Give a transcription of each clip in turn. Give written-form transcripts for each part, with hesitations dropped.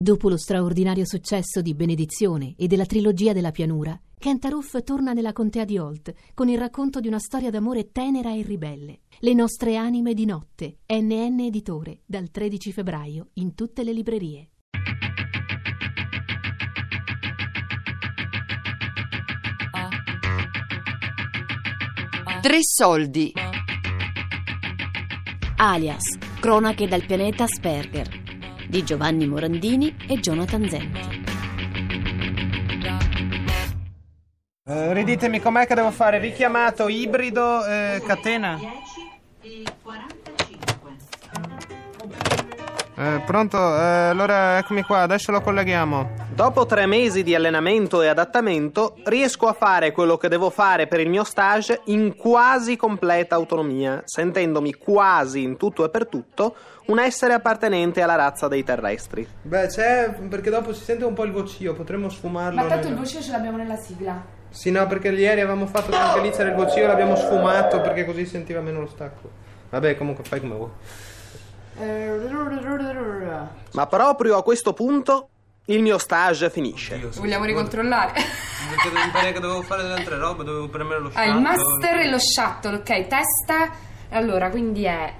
Dopo lo straordinario successo di Benedizione e della trilogia della pianura, Kent Aruf torna nella contea di Holt con il racconto di una storia d'amore tenera e ribelle. Le nostre anime di notte, NN Editore, dal 13 febbraio in tutte le librerie. Tre soldi. Alias, cronache dal pianeta Asperger, di Giovanni Morandini e Jonathan Zenti. Riditemi com'è che devo fare? Richiamato, ibrido, catena. 10:45. Pronto? Allora eccomi qua, adesso lo colleghiamo. Dopo 3 mesi di allenamento e adattamento riesco a fare quello che devo fare per il mio stage in quasi completa autonomia, sentendomi quasi in tutto e per tutto un essere appartenente alla razza dei terrestri. Beh, c'è, perché dopo si sente un po' il vocio, potremmo sfumarlo. Ma tanto il vocio ce l'abbiamo nella sigla. Sì, no, perché ieri avevamo fatto anche lì c'era il vocio, l'abbiamo sfumato perché così sentiva meno lo stacco. Vabbè, comunque fai come vuoi. Ma proprio a questo punto il mio stage finisce. Vogliamo ricontrollare? Perché pare che dovevo fare delle altre robe, dovevo premere lo shuttle. Il master e lo shuttle, ok, testa. Allora, quindi è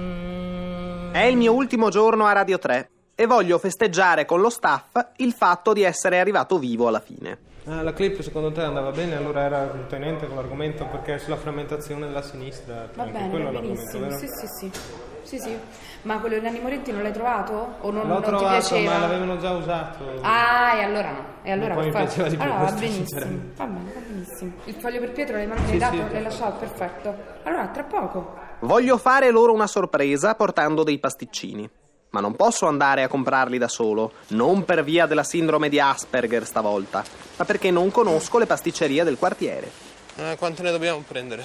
il mio ultimo giorno a Radio 3 e voglio festeggiare con lo staff il fatto di essere arrivato vivo alla fine. La clip secondo te andava bene? Allora era contenente con l'argomento, perché è sulla frammentazione della sinistra. Va bene, quello va benissimo, sì. Ma quello di Nanni Moretti non l'hai trovato? O non, L'ho non trovato, ti piaceva? ma l'avevano già usato. Ah, e allora no. E allora poi mi piaceva di più va questo, benissimo. sinceramente. Va benissimo. Il foglio per Pietro l'hai dato? Sì, L'hai lasciato? Perfetto. Allora, tra poco. Voglio fare loro una sorpresa portando dei pasticcini. Ma non posso andare a comprarli da solo, non per via della sindrome di Asperger stavolta, ma perché non conosco le pasticcerie del quartiere. Quante ne dobbiamo prendere?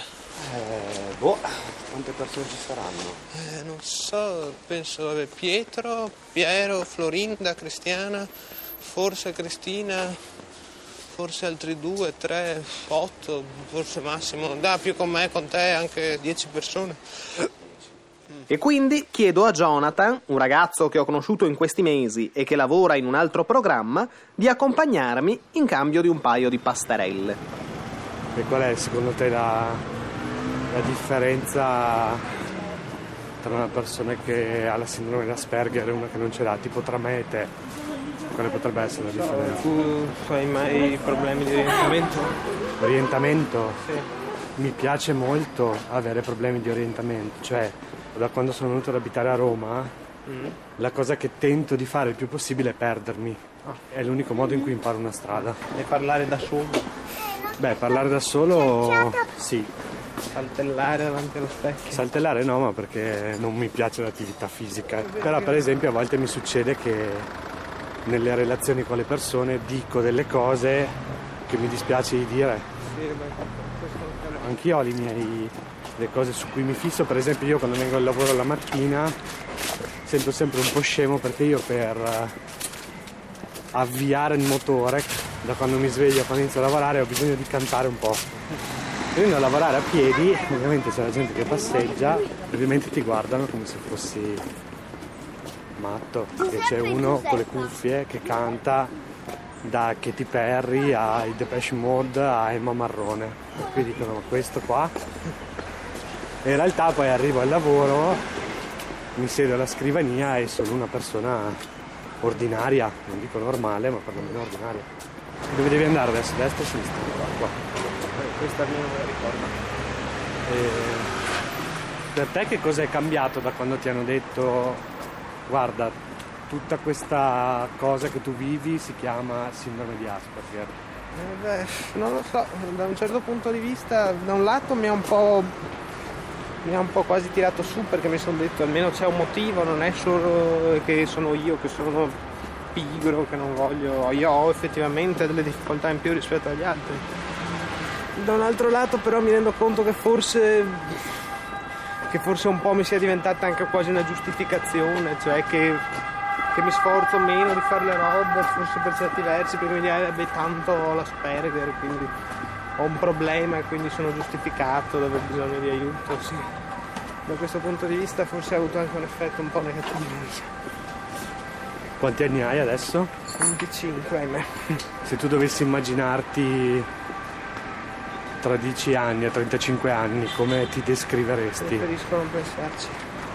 Quante persone ci saranno? Non so, penso Pietro, Piero, Florinda, Cristiana, forse Cristina, forse altri 2, 3, 8, forse massimo. Più con me, con te, anche 10 persone. E quindi chiedo a Jonathan, un ragazzo che ho conosciuto in questi mesi e che lavora in un altro programma, di accompagnarmi in cambio di un paio di pasterelle. E qual è secondo te la differenza tra una persona che ha la sindrome di Asperger e una che non ce l'ha, tipo tra me e te? Quale potrebbe essere la differenza? Tu hai mai problemi di orientamento? Orientamento? Sì. Mi piace molto avere problemi di orientamento, cioè da quando sono venuto ad abitare a Roma la cosa che tento di fare il più possibile è perdermi. È l'unico modo in cui imparo una strada. E parlare da solo? Beh, parlare da solo sì. Saltellare davanti allo specchio? Saltellare no, ma perché non mi piace l'attività fisica. Però per esempio a volte mi succede che nelle relazioni con le persone dico delle cose che mi dispiace di dire. Sì, questo anch'io ho le cose su cui mi fisso. Per esempio io quando vengo al lavoro la mattina sento sempre un po' scemo perché io per avviare il motore da quando mi sveglio a quando inizio a lavorare ho bisogno di cantare un po'. Venendo a lavorare a piedi ovviamente c'è la gente che passeggia, ovviamente ti guardano come se fossi matto, e c'è uno con le cuffie che canta da Katy Perry ai Depeche Mode a Emma Marrone, e qui dicono ma questo qua. E in realtà poi arrivo al lavoro, mi siedo alla scrivania e sono una persona ordinaria, non dico normale ma perlomeno ordinaria. Dove devi andare adesso? Destra o sinistra? Qua. Questa mia non me la ricordo. Per te che cosa è cambiato da quando ti hanno detto guarda, tutta questa cosa che tu vivi si chiama sindrome di Asperger? Non lo so, da un certo punto di vista, da un lato mi ha un po' quasi tirato su, perché mi sono detto almeno c'è un motivo, non è solo che sono io che sono pigro, che non voglio, io ho effettivamente delle difficoltà in più rispetto agli altri. Da un altro lato però mi rendo conto che forse un po' mi sia diventata anche quasi una giustificazione, cioè che mi sforzo meno di fare le robe, forse per certi versi, perché mi direbbe tanto ho l'Asperger, quindi ho un problema e quindi sono giustificato ad aver bisogno di aiuto, sì. Da questo punto di vista forse ha avuto anche un effetto un po' negativo. Quanti anni hai adesso? 25. Se tu dovessi immaginarti tra 10 anni a 35 anni, come ti descriveresti? Preferisco non pensarci.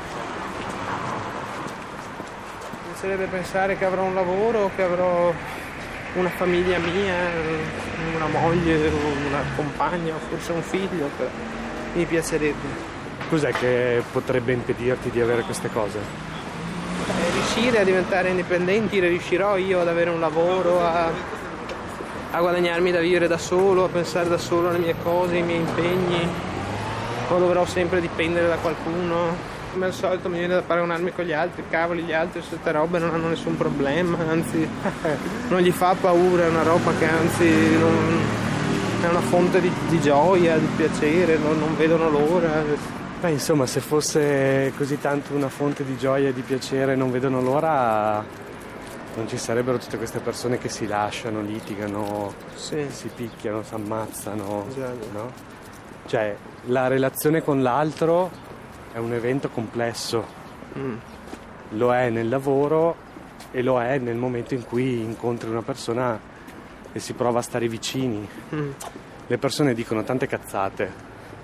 Mi piacerebbe pensare che avrò un lavoro, che avrò una famiglia mia, una moglie, una compagna, o forse un figlio, però mi piacerebbe. Cos'è che potrebbe impedirti di avere queste cose? Riuscire a diventare indipendenti, riuscirò io ad avere un lavoro, a guadagnarmi da vivere da solo, a pensare da solo alle mie cose, ai miei impegni, o dovrò sempre dipendere da qualcuno. Come al solito mi viene da paragonarmi con gli altri, cavoli, gli altri su queste robe non hanno nessun problema, anzi non gli fa paura, è una roba che anzi è una fonte di gioia, di piacere, non vedono l'ora. Beh, insomma, se fosse così tanto una fonte di gioia e di piacere, non vedono l'ora, non ci sarebbero tutte queste persone che si lasciano, litigano, sì, si picchiano, si ammazzano, esatto. No? Cioè, la relazione con l'altro è un evento complesso. Lo è nel lavoro e lo è nel momento in cui incontri una persona e si prova a stare vicini. Le persone dicono tante cazzate.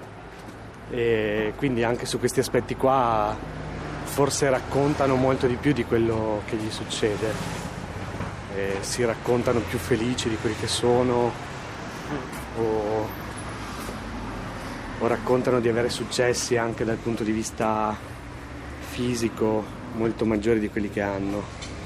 E quindi anche su questi aspetti qua forse raccontano molto di più di quello che gli succede, e si raccontano più felici di quelli che sono, o raccontano di avere successi anche dal punto di vista fisico molto maggiori di quelli che hanno.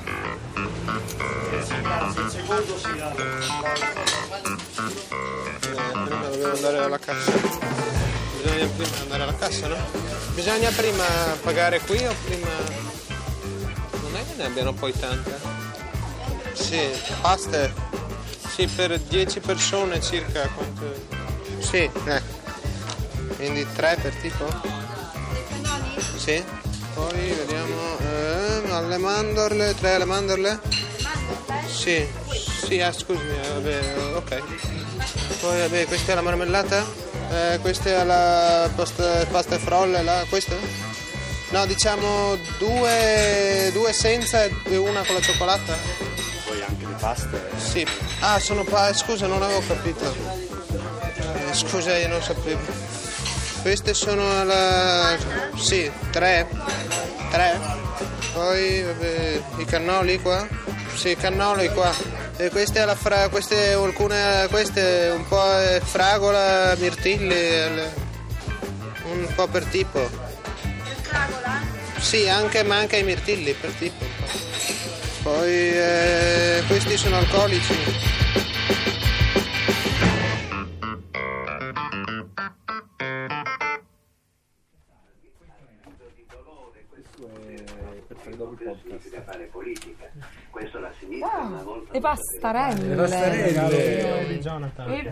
Dobbiamo andare alla cassa. Bisogna prima andare alla cassa, no? Bisogna prima pagare qui o prima... Non è che ne abbiano poi tante? Sì, paste. Sì, per 10 persone circa. Quanto... Sì, quindi 3 per tipo? Sì. Poi vediamo... alle mandorle, 3 alle mandorle? Sì, sì, scusami, vabbè, ok. Poi vabbè, questa è la marmellata? Questa è la pasta e frolle là, questo? No, diciamo 2 senza e una con la cioccolata. Poi anche le paste. Sì. Ah, sono scusa, non avevo capito. Scusa, io non sapevo. Queste sono la... Sì, 3. Poi vabbè, i cannoli qua? Sì, cannoli qua. E queste queste un po' fragola, mirtilli, un po' per tipo. Fragola? Sì, ma anche i mirtilli per tipo. Poi questi sono alcolici. Wow, le pastarelle. Di Jonathan.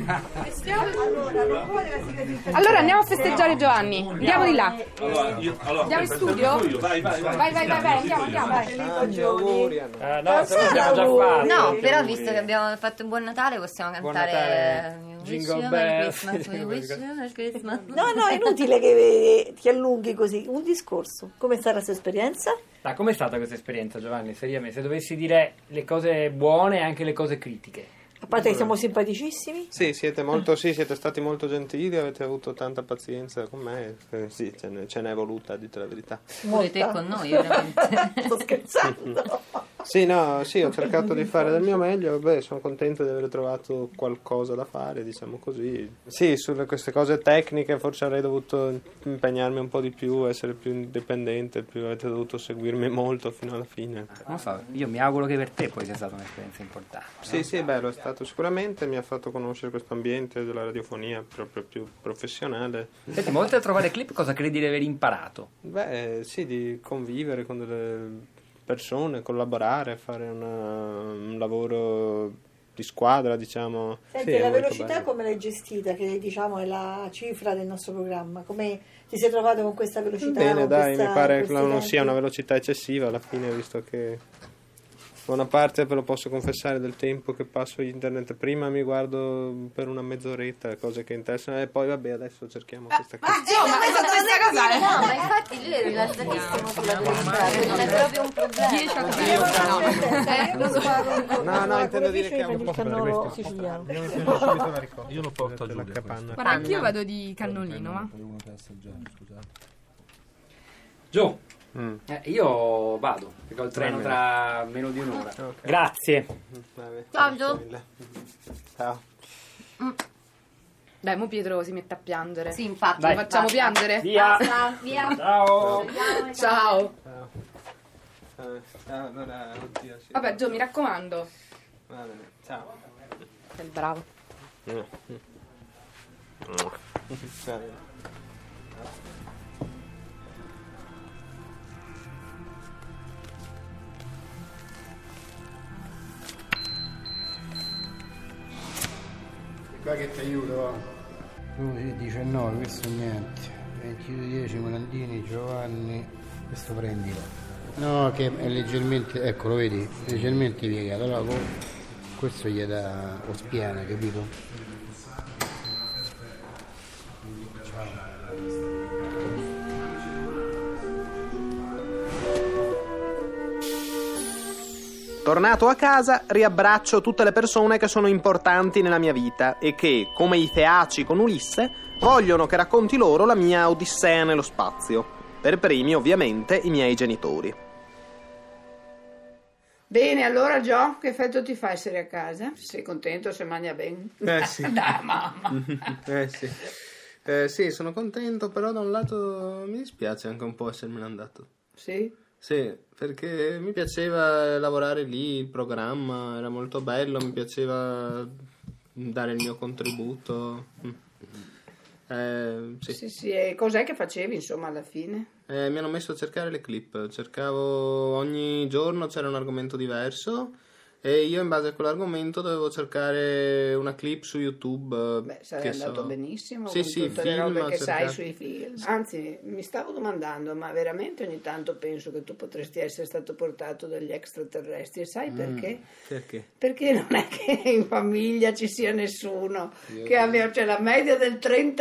Allora andiamo a festeggiare Giovanni. Andiamo di là. Andiamo in studio? Vai, andiamo, vai. Auguri. No, però visto che abbiamo fatto un buon Natale possiamo cantare Jingle Bells. No, è inutile che ti allunghi così. Un discorso. Come è stata questa esperienza? Ma com'è stata questa esperienza, Giovanni? Seriamente, se dovessi dire le cose buone e anche le cose critiche. A parte che siamo simpaticissimi. Sì, siete stati molto gentili, avete avuto tanta pazienza con me. Sì, ce n'è voluta, dite la verità. Pure te con noi, veramente. Sto scherzando. Sì, ho cercato di fare del mio meglio, sono contento di aver trovato qualcosa da fare, diciamo così. Sì, su queste cose tecniche forse avrei dovuto impegnarmi un po' di più, essere più indipendente, avete dovuto seguirmi molto fino alla fine. Non so, io mi auguro che per te poi sia stata un'esperienza importante. No? Sì, bello è stato sicuramente, mi ha fatto conoscere questo ambiente della radiofonia proprio più professionale. Senti, ma oltre a trovare clip, cosa credi di aver imparato? Sì, di convivere con delle persone, collaborare, fare un lavoro di squadra, diciamo. Senti, sì, la velocità bello. come l'hai gestita? Che diciamo è la cifra del nostro programma. Come ti sei trovato con questa velocità? Bene, dai, mi pare che non sia una velocità eccessiva alla fine, visto che buona parte, ve lo posso confessare, del tempo che passo internet. Prima mi guardo per una mezz'oretta cose che interessano e poi vabbè, adesso cerchiamo questa cosa. No, ma infatti lui è rilassatissimo sulla verità, non è proprio un problema. No, intendo dire che è un po' cannolo siciliano. Io lo porto a Giulia. Guarda, anch'io vado di cannolino, ma Gio, io vado, perché ho il treno tra meno di un'ora. Okay. Grazie. Ciao Gio. Ciao. dai, mo Pietro si mette a piangere. Sì, infatti. Lo facciamo piangere? Via. Via. Ciao. Ciao. Allora, oddio, sì. Vabbè, Gio, mi raccomando. Va bene, ciao. Sei bravo. Va bene. Qua che ti aiuto, va. 19, questo niente. 22-10 Morandini, Giovanni, questo prendilo. No, che è leggermente, ecco, lo vedi, leggermente piegato. Allora questo gli dà Ospiana, capito? Tornato a casa, riabbraccio tutte le persone che sono importanti nella mia vita e che, come i Feaci con Ulisse, vogliono che racconti loro la mia odissea nello spazio. Per primi, ovviamente, i miei genitori. Bene, allora Gio, che effetto ti fa essere a casa? Sei contento se mangia bene? Sì. Dai, mamma. Sì. Sì, sono contento, però da un lato mi dispiace anche un po' essermene andato. Sì? Sì, perché mi piaceva lavorare lì, il programma era molto bello, mi piaceva dare il mio contributo. Sì, e cos'è che facevi, insomma, alla fine? Mi hanno messo a cercare le clip, cercavo ogni giorno, c'era un argomento diverso e io in base a quell'argomento dovevo cercare una clip su YouTube. Beh, sarei andato benissimo sì, con tutte le robe che sai sui film. Anzi, mi stavo domandando, ma veramente ogni tanto penso che tu potresti essere stato portato dagli extraterrestri, e sai perché? Perché? Perché non è che in famiglia ci sia nessuno che abbia, cioè la media del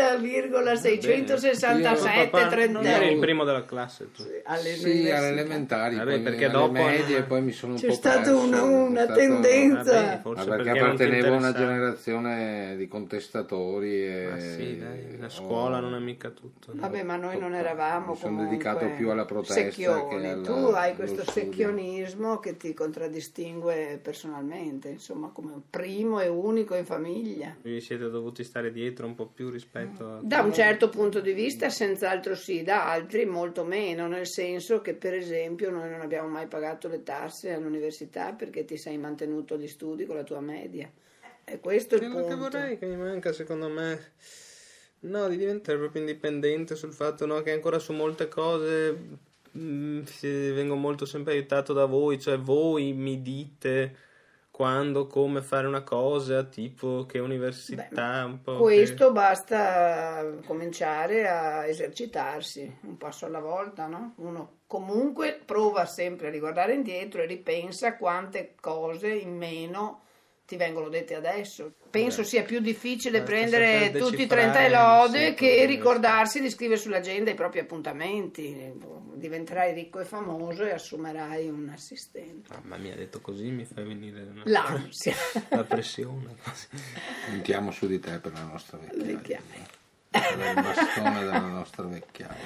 30,667 non eri il primo della classe tu. Sì, alle elementari, vabbè, perché alle dopo medie poi mi sono un po' c'è stata perso, una tendenza. Forse perché appartenevo a una generazione di contestatori sì, dai, la scuola non è mica tutto. Vabbè, ma noi non eravamo mi sono comunque dedicato più alla protesta secchioni. che Tu hai questo secchionismo che ti contraddistingue personalmente, insomma, come un primo e unico in famiglia. Vi siete dovuti stare dietro un po' più rispetto a... Da un certo punto di vista senz'altro sì, da altri molto meno, nel senso che per esempio noi non abbiamo mai pagato le tasse all'università perché ti sei mantenuto gli studi con la tua media. E questo è il punto. Quello che vorrei, che mi manca secondo me, no, di diventare proprio indipendente sul fatto, no, che ancora su molte cose vengo molto sempre aiutato da voi, cioè voi mi dite quando, come fare una cosa, tipo che università. Beh, un po' questo basta cominciare a esercitarsi un passo alla volta, no? Uno comunque prova sempre a riguardare indietro e ripensa quante cose in meno ti vengono dette adesso. Penso sia più difficile prendere tutti i 30 lode che ricordarsi di scrivere sull'agenda i propri appuntamenti. Diventerai ricco e famoso e assumerai un assistente. Mamma mia, detto così mi fai venire l'ansia, la pressione. Puntiamo su di te per la nostra vecchiaia. Per il bastone della nostra vecchiaia.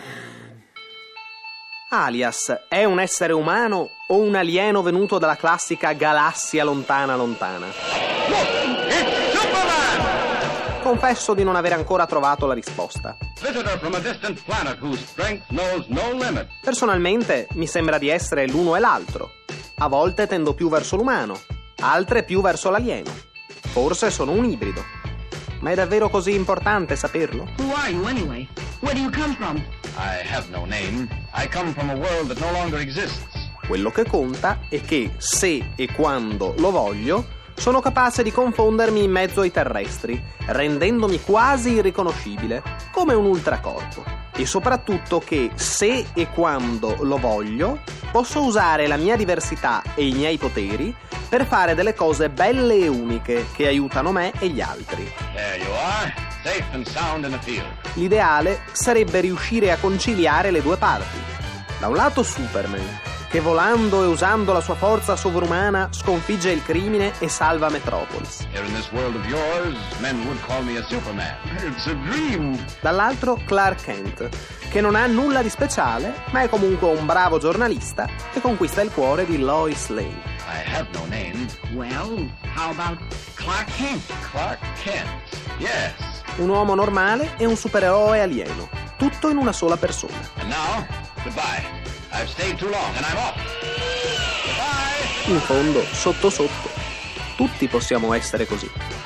Alias è un essere umano o un alieno venuto dalla classica galassia lontana lontana? Confesso di non aver ancora trovato la risposta. Personalmente mi sembra di essere l'uno e l'altro. A volte tendo più verso l'umano, altre più verso l'alieno. Forse sono un ibrido. Ma è davvero così importante saperlo? Who are you anyway? Where do you come from? I have no name. I come from a world that no longer exists. Quello che conta è che, se e quando lo voglio, sono capace di confondermi in mezzo ai terrestri, rendendomi quasi irriconoscibile, come un ultracorpo. E soprattutto che, se e quando lo voglio, posso usare la mia diversità e i miei poteri per fare delle cose belle e uniche che aiutano me e gli altri. There you are, safe and sound in the field. L'ideale sarebbe riuscire a conciliare le due parti. Da un lato Superman, che volando e usando la sua forza sovrumana sconfigge il crimine e salva Metropolis. Here in this world of yours, men would call me a Superman. It's a dream. Dall'altro Clark Kent, che non ha nulla di speciale, ma è comunque un bravo giornalista che conquista il cuore di Lois Lane. I have no name. Well, how about Clark Kent? Clark Kent, yes. Un uomo normale e un supereroe alieno, tutto in una sola persona. And now, goodbye. I've stayed too long and I'm off. Goodbye. In fondo, sotto sotto, tutti possiamo essere così.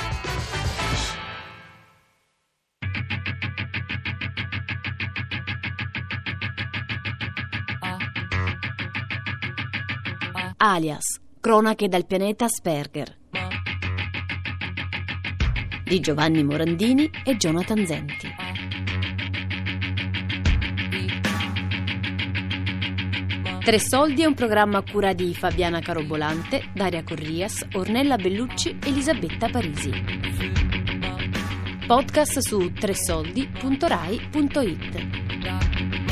Alias, cronache dal pianeta Asperger, di Giovanni Morandini e Jonathan Zenti. Tre Soldi è un programma a cura di Fabiana Carobolante, Daria Corrias, Ornella Bellucci e Elisabetta Parisi. Podcast su tresoldi.rai.it.